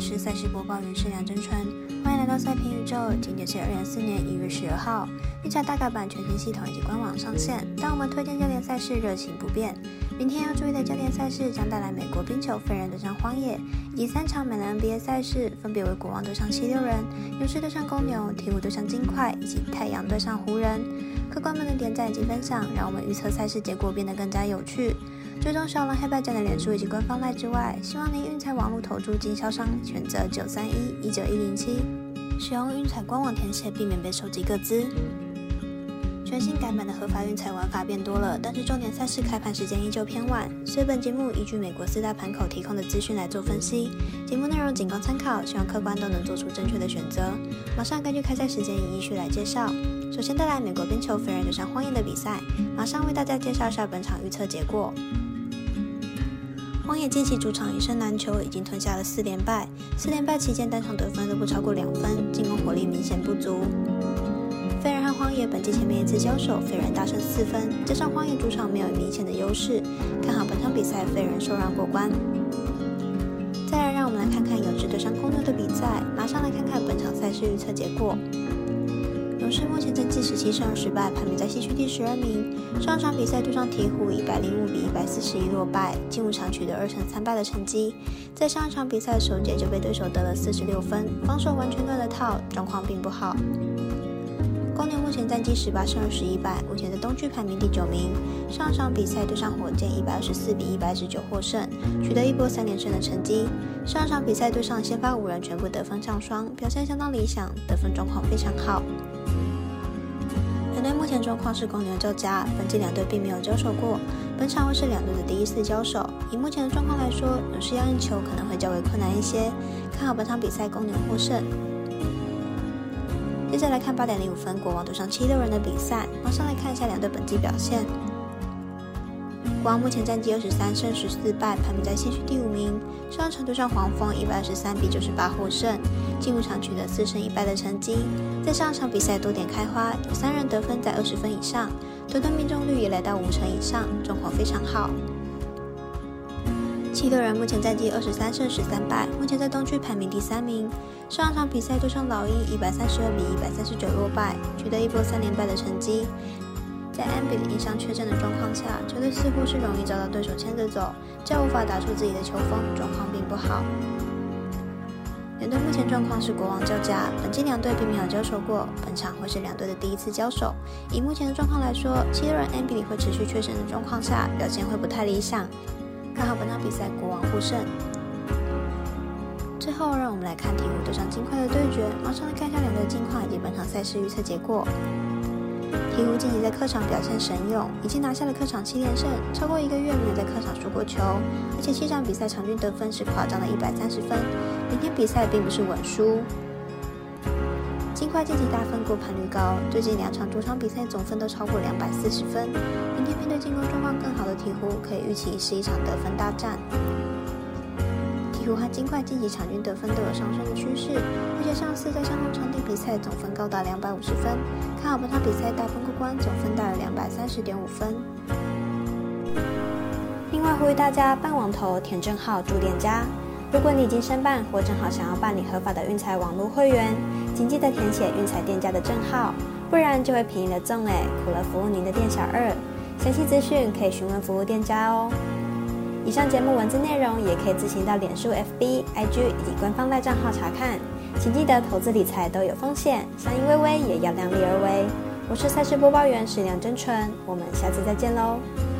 是赛事播报员是梁真纯，欢迎来到赛评宇宙。今天是2024年1月12号，运彩大改版全新系统以及官网上线，但我们推荐焦点赛事热情不变。明天要注意的焦点赛事将带来美国冰球飞人对上荒野，以及3场美篮 NBA 赛事，分别为国王对上76人、勇士对上公牛、鹈鹕对上金块以及太阳对上湖人。客官们的点赞以及分享，让我们预测赛事结果变得更加有趣。追踪小狼黑白奖的脸书以及官方赖之外，希望您运彩网络投注经销商选择931-19107，使用运彩官网填写，避免被收集个资。全新改版的合法运彩玩法变多了，但是重点赛事开盘时间依旧偏晚，所以本节目依据美国4大盘口提供的资讯来做分析。节目内容仅供参考，希望客观都能做出正确的选择。马上根据开赛时间依序来介绍。首先带来美国冰球飞人对上荒野的比赛，马上为大家介绍一下本场预测结果。荒野近期主场1胜难求，已经吞下了4连败，4连败期间单场得分都不超过2分，进攻火力明显不足。飞人和荒野本季前面一次交手，飞人大胜4分，加上荒野主场没有明显的优势，看好本场比赛飞人受让过关。再来让我们来看看勇士对上公牛的比赛，马上来看看本场赛事预测结果。勇士目前战绩17胜20败，排名在西区第12名。上场比赛对上鹈鹕105比141落败，近5场取得2胜3败的成绩。在上一场比赛首节就被对手得了46分，防守完全乱了套，状况并不好。公牛目前战绩18胜21败，目前在东区排名第9名。上场比赛对上火箭124比119获胜，取得一波3连胜的成绩。上场比赛对上先发5人全部得分上双，表现相当理想，得分状况非常好。两队目前状况是公牛较佳，本季两队并没有交手过，本场会是两队的第一次交手。以目前的状况来说，勇士要赢球可能会较为困难一些，看好本场比赛公牛获胜。接着来看8点05分国王对上76人的比赛，马上来看一下两队本季表现。国王目前战绩23胜14败，排名在西区第5名。上场对上黄蜂123比98获胜，近5场取得4胜1败的成绩。在上场比赛多点开花，有3人得分在20分以上，得分命中率也来到50%以上，状况非常好。76人目前战绩23胜13败，目前在东区排名第3名。上场比赛对上老鹰132比139落败，取得一波3连败的成绩。在安比的因伤确诊的状况下，球队似乎是容易遭到对手牵着走，较无法打出自己的球风，状况并不好。两队目前状况是国王较佳，本季两队并没有交手过，本场会是两队的第一次交手。以目前的状况来说，76人安比会持续确诊的状况下，表现会不太理想，看好本场比赛国王获胜。最后让我们来看鹈鹕对上金块的对决，马上来看一下两队近况以及本场赛事预测结果。鹈鹕近期在客场表现神勇，已经拿下了客场7连胜，超过1个月没有在客场输过球，而且7场比赛场均得分是夸张的130分，明天比赛并不是稳输。金块近期大分过盘率高，最近2场主场比赛总分都超过240分，明天面对进攻状况更好的鹈鹕，可以预期是一场得分大战。鹈鹕和金块近期场均得分都有上升的趋势，而且上次在相同场地比赛总分高达250分，看好本场比赛大分过关，总分大约230.5分。另外呼吁大家办网投填证号注店家，如果你已经申办或正好想要办理合法的运彩网络会员，请记得填写运彩店家的证号，不然就会便宜了赠苦了服务您的店小二。详细资讯可以询问服务店家哦。以上节目文字内容也可以自行到脸书、FB、IG 以及官方赖账号查看。请记得投资理财都有风险，相依微微也要量力而为。我是赛事播报员梁真纯，我们下次再见喽。